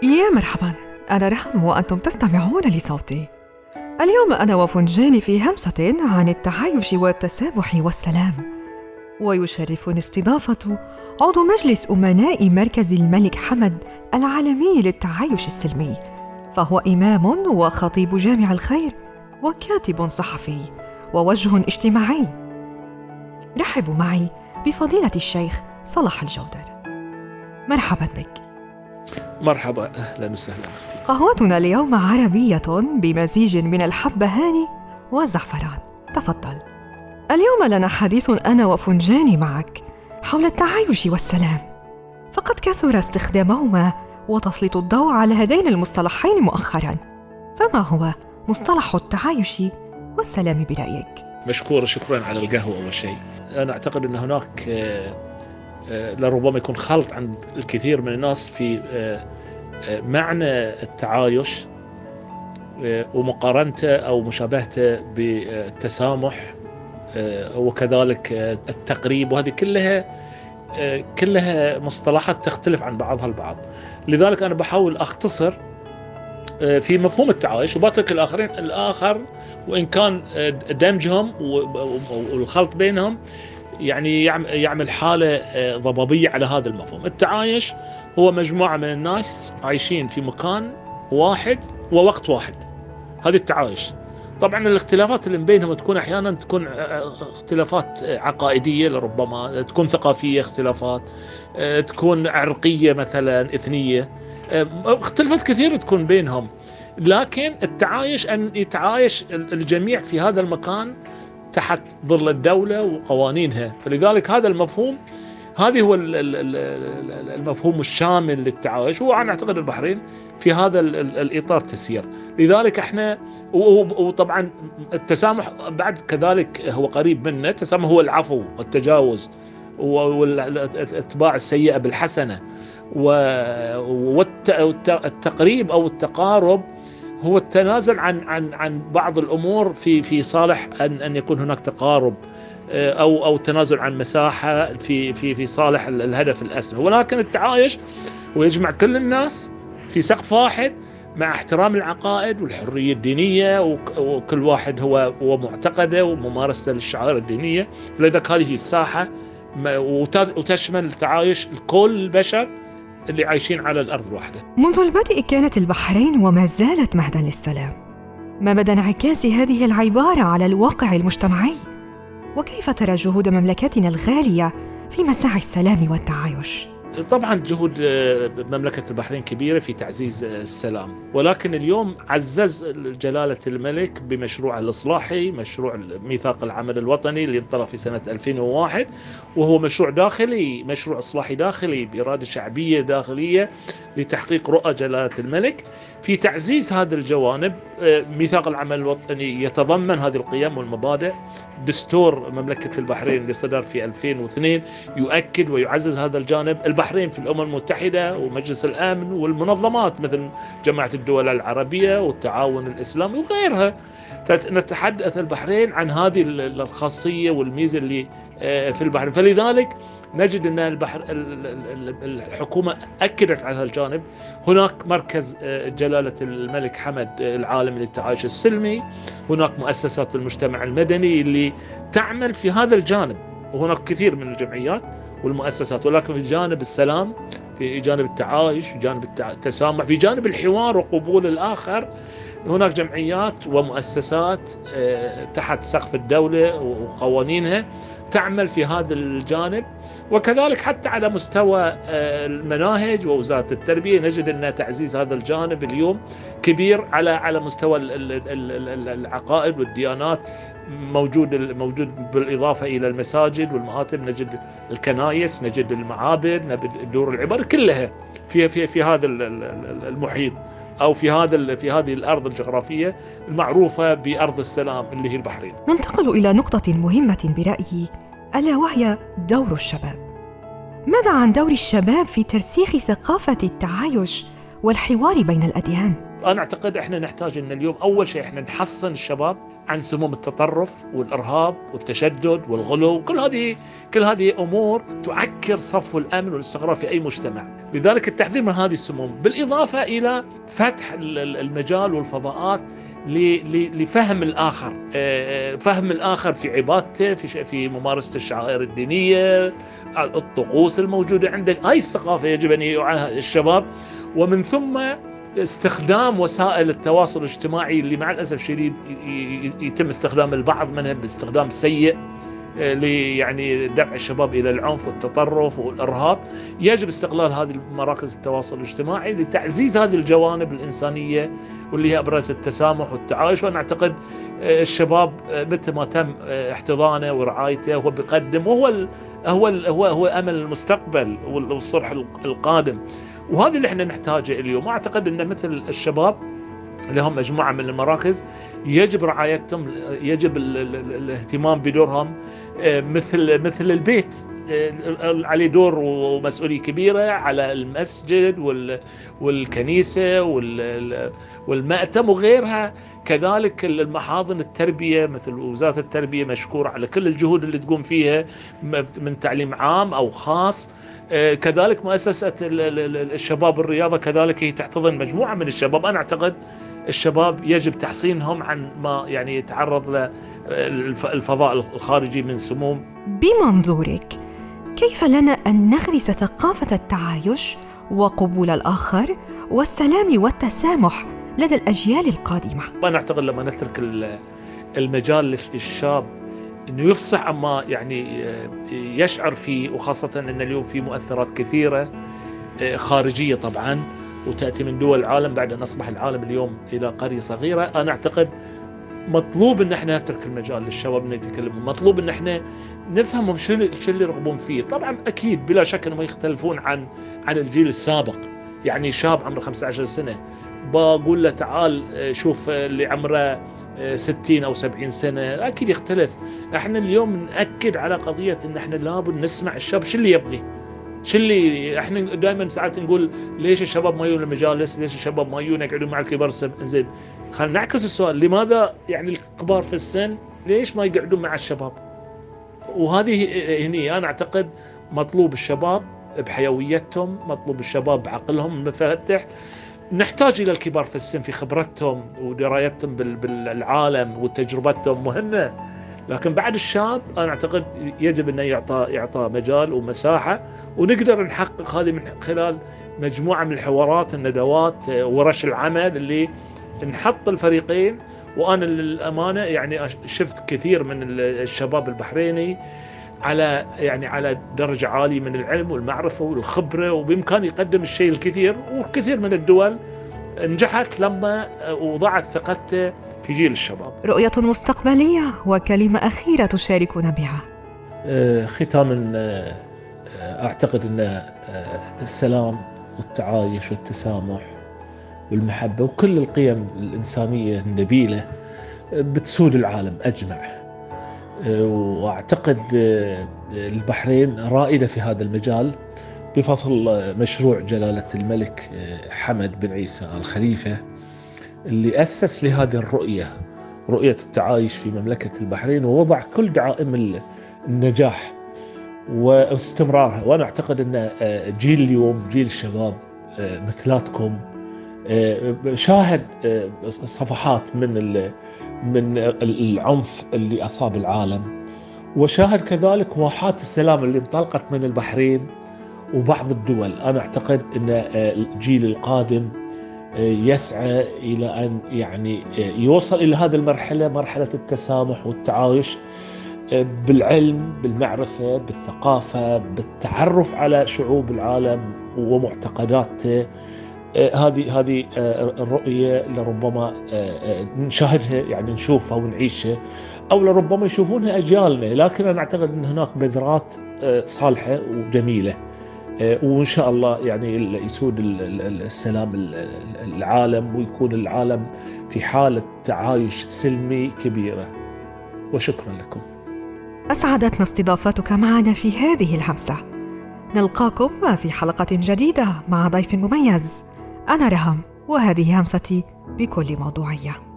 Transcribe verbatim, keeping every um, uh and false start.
يا مرحباً، أنا رحم وأنتم تستمعون لصوتي. اليوم أنا وفنجان في همسة عن التعايش والتسامح والسلام، ويشرفني استضافة عضو مجلس أمناء مركز الملك حمد العالمي للتعايش السلمي، فهو إمام وخطيب جامع الخير وكاتب صحفي ووجه اجتماعي. رحبوا معي بفضيلة الشيخ صلاح الجودر. مرحبا بك. مرحبا، أهلا وسهلا. قهوتنا اليوم عربية بمزيج من الحبهان والزعفران. تفضل. اليوم لنا حديث أنا وفنجاني معك حول التعايش والسلام، فقد كثر استخدامهما وتسليط الضوء على هذين المصطلحين مؤخراً. فما هو مصطلح التعايش والسلام برأيك؟ مشكور، شكراً على القهوة أول شيء. أنا أعتقد أن هناك لربما يكون خلط عند الكثير من الناس في معنى التعايش ومقارنته أو مشابهته بالتسامح وكذلك التقريب، وهذه كلها كلها مصطلحات تختلف عن بعضها البعض. لذلك أنا بحاول أختصر في مفهوم التعايش وبترك الآخرين الآخر، وإن كان دمجهم والخلط بينهم يعني يعمل حالة ضبابية على هذا المفهوم. التعايش هو مجموعة من الناس عايشين في مكان واحد ووقت واحد، هذه التعايش. طبعا الاختلافات اللي بينهم تكون أحيانا تكون اختلافات عقائدية، لربما تكون ثقافية، اختلافات تكون عرقية مثلا، إثنية، اختلافات كثيرة تكون بينهم. لكن التعايش أن يتعايش الجميع في هذا المكان تحت ظل الدولة وقوانينها. فلذلك هذا المفهوم، هذه هو المفهوم الشامل للتعايش، وأنا أعتقد البحرين في هذا الإطار تسير. لذلك احنا، وطبعا التسامح بعد كذلك هو قريب منا. التسامح هو العفو والتجاوز والاتباع السيئة بالحسنة، والتقريب أو التقارب هو التنازل عن عن عن بعض الأمور في في صالح أن أن يكون هناك تقارب، أو أو تنازل عن مساحة في في في صالح الهدف الأسمى. ولكن التعايش ويجمع كل الناس في سقف واحد مع احترام العقائد والحرية الدينية، وكل واحد هو ومعتقده وممارسته للشعائر الدينية. لذلك هذه الساحة وتشمل التعايش لكل البشر اللي عايشين على الأرض الواحدة. منذ البدء كانت البحرين وما زالت مهدا للسلام. ما مدى انعكاس هذه العبارة على الواقع المجتمعي؟ وكيف ترى جهود مملكتنا الغالية في مساعي السلام والتعايش؟ طبعا جهود مملكة البحرين كبيرة في تعزيز السلام، ولكن اليوم عزز جلالة الملك بمشروع الإصلاحي، مشروع ميثاق العمل الوطني اللي انطلق في سنة ألفين وواحد، وهو مشروع داخلي، مشروع إصلاحي داخلي بإرادة شعبية داخلية لتحقيق رؤى جلالة الملك في تعزيز هذا الجوانب. ميثاق العمل الوطني يتضمن هذه القيم والمبادئ. دستور مملكة البحرين اللي صدر في ألفين واثنين يؤكد ويعزز هذا الجانب. البحرين في الأمم المتحدة ومجلس الأمن والمنظمات مثل جماعة الدول العربية والتعاون الإسلامي وغيرها، نتحدث البحرين عن هذه الخاصية والميزة اللي في البحرين. فلذلك نجد أن البحر الحكومة أكدت على هذا الجانب. هناك مركز جلالة الملك حمد العالمي للتعايش السلمي، هناك مؤسسات المجتمع المدني اللي تعمل في هذا الجانب، وهناك كثير من الجمعيات والمؤسسات، ولكن في جانب السلام، في جانب التعايش، في جانب التسامح، في جانب الحوار وقبول الآخر، هناك جمعيات ومؤسسات تحت سقف الدولة وقوانينها تعمل في هذا الجانب. وكذلك حتى على مستوى المناهج ووزارة التربية نجد أن تعزيز هذا الجانب اليوم كبير على على مستوى العقائد والديانات. موجود موجود بالإضافة إلى المساجد والمآتم، نجد الكنائس، نجد المعابد، نجد دور العبادة كلها في في في هذا المحيط، أو في هذا في هذه الأرض الجغرافية المعروفة بأرض السلام اللي هي البحرين. ننتقل إلى نقطة مهمة برأيي، ألا وهي دور الشباب. ماذا عن دور الشباب في ترسيخ ثقافة التعايش والحوار بين الأديان؟ أنا أعتقد إحنا نحتاج إن اليوم أول شيء إحنا نحصن الشباب عن سموم التطرف والإرهاب والتشدد والغلو. كل هذه كل هذه أمور تعكر صفو الأمن والاستقرار في أي مجتمع. لذلك التحذير من هذه السموم، بالإضافة إلى فتح المجال والفضاءات لفهم الآخر، فهم الآخر في عبادته، في في ممارسة الشعائر الدينية، الطقوس الموجودة عندك. هاي الثقافة يجب أن يوعاها الشباب، ومن ثم استخدام وسائل التواصل الاجتماعي اللي مع الأسف الشديد يتم استخدام البعض منها باستخدام سيء يعني دفع الشباب إلى العنف والتطرف والإرهاب. يجب استغلال هذه مراكز التواصل الاجتماعي لتعزيز هذه الجوانب الإنسانية واللي هي أبرز التسامح والتعايش. وأنا أعتقد الشباب متى ما تم احتضانه ورعايته هو بيقدم، وهو ال هو ال هو هو أمل المستقبل والصلح القادم. وهذا اللي احنا نحتاجه اليوم. أعتقد أن مثل الشباب لهم مجموعة من المراكز يجب رعايتهم، يجب الاهتمام بدورهم، مثل مثل البيت عليه دور ومسؤولية كبيرة على المسجد والكنيسة والمأتم وغيرها. كذلك المحاضن التربية مثل وزارة التربية مشكورة على كل الجهود اللي تقوم فيها من تعليم عام أو خاص. كذلك مؤسسة الشباب الرياضة كذلك هي تحتضن مجموعة من الشباب. أنا أعتقد الشباب يجب تحصينهم عن ما يعني يتعرض له الفضاء الخارجي من سموم. بمنظورك كيف لنا أن نغرس ثقافة التعايش وقبول الآخر والسلام والتسامح لدى الأجيال القادمة؟ أنا أعتقد لما نترك المجال للشاب إنه يفصح عما يعني يشعر فيه، وخاصة أن اليوم في مؤثرات كثيرة خارجية طبعا وتأتي من دول العالم بعد أن أصبح العالم اليوم إلى قرية صغيرة. أنا أعتقد مطلوب أن احنا نترك المجال للشباب أن يتكلمون، مطلوب أن احنا نفهمهم شو اللي يرغبون فيه. طبعا أكيد بلا شك أنهم يختلفون عن عن الجيل السابق. يعني شاب عمره خمسة عشر سنة بقول له تعال شوف اللي عمره ستين أو سبعين سنة أكيد يختلف. احنا اليوم نأكد على قضية أن احنا لابد نسمع الشاب شو اللي يبغي، شو اللي احنا دائما ساعات نقول ليش الشباب ما يجون المجالس، ليش الشباب ما يجون يقعدون مع الكبار. زين خلينا نعكس السؤال، لماذا يعني الكبار في السن ليش ما يقعدون مع الشباب؟ وهذه هني أنا أعتقد مطلوب الشباب بحيويتهم، مطلوب الشباب بعقلهم المفتح. نحتاج إلى الكبار في السن في خبرتهم ودرايتهم بالعالم وتجربتهم مهمة، لكن بعد الشاب أنا أعتقد يجب أن يعطى يعطى مجال ومساحة، ونقدر نحقق هذه من خلال مجموعة من الحوارات، الندوات، ورش العمل اللي نحط الفريقين. وأنا للأمانة يعني شفت كثير من الشباب البحريني على يعني على درجة عالية من العلم والمعرفة والخبرة، وبإمكانه يقدم الشيء الكثير. وكثير من الدول نجحت لما وضعت ثقته في جيل الشباب. رؤية مستقبلية وكلمة أخيرة تشاركنا بها. ختاما أعتقد أن السلام والتعايش والتسامح والمحبة وكل القيم الإنسانية النبيلة بتسود العالم أجمع. وأعتقد البحرين رائدة في هذا المجال بفضل مشروع جلالة الملك حمد بن عيسى الخليفة اللي أسس لهذه الرؤية، رؤية التعايش في مملكة البحرين، ووضع كل دعائم النجاح واستمرارها. وأنا أعتقد أن جيل اليوم، جيل الشباب مثلاتكم، شاهد صفحات من من العنف اللي أصاب العالم، وشاهد كذلك واحات السلام اللي انطلقت من البحرين وبعض الدول. أنا أعتقد أن الجيل القادم يسعى إلى أن يعني يوصل إلى هذه المرحلة، مرحلة التسامح والتعايش بالعلم، بالمعرفة، بالثقافة، بالتعرف على شعوب العالم ومعتقداته. هذه هذه الرؤية لربما نشاهدها يعني نشوفها ونعيشها، أو لربما يشوفونها أجيالنا، لكن أنا أعتقد أن هناك بذرات صالحة وجميلة، وإن شاء الله يعني يسود السلام العالم ويكون العالم في حالة تعايش سلمي كبيرة. وشكرا لكم. أسعدتنا استضافتك معنا في هذه الهمسة. نلقاكم في حلقة جديدة مع ضيف مميز. أنا رهم، وهذه همستي بكل موضوعية.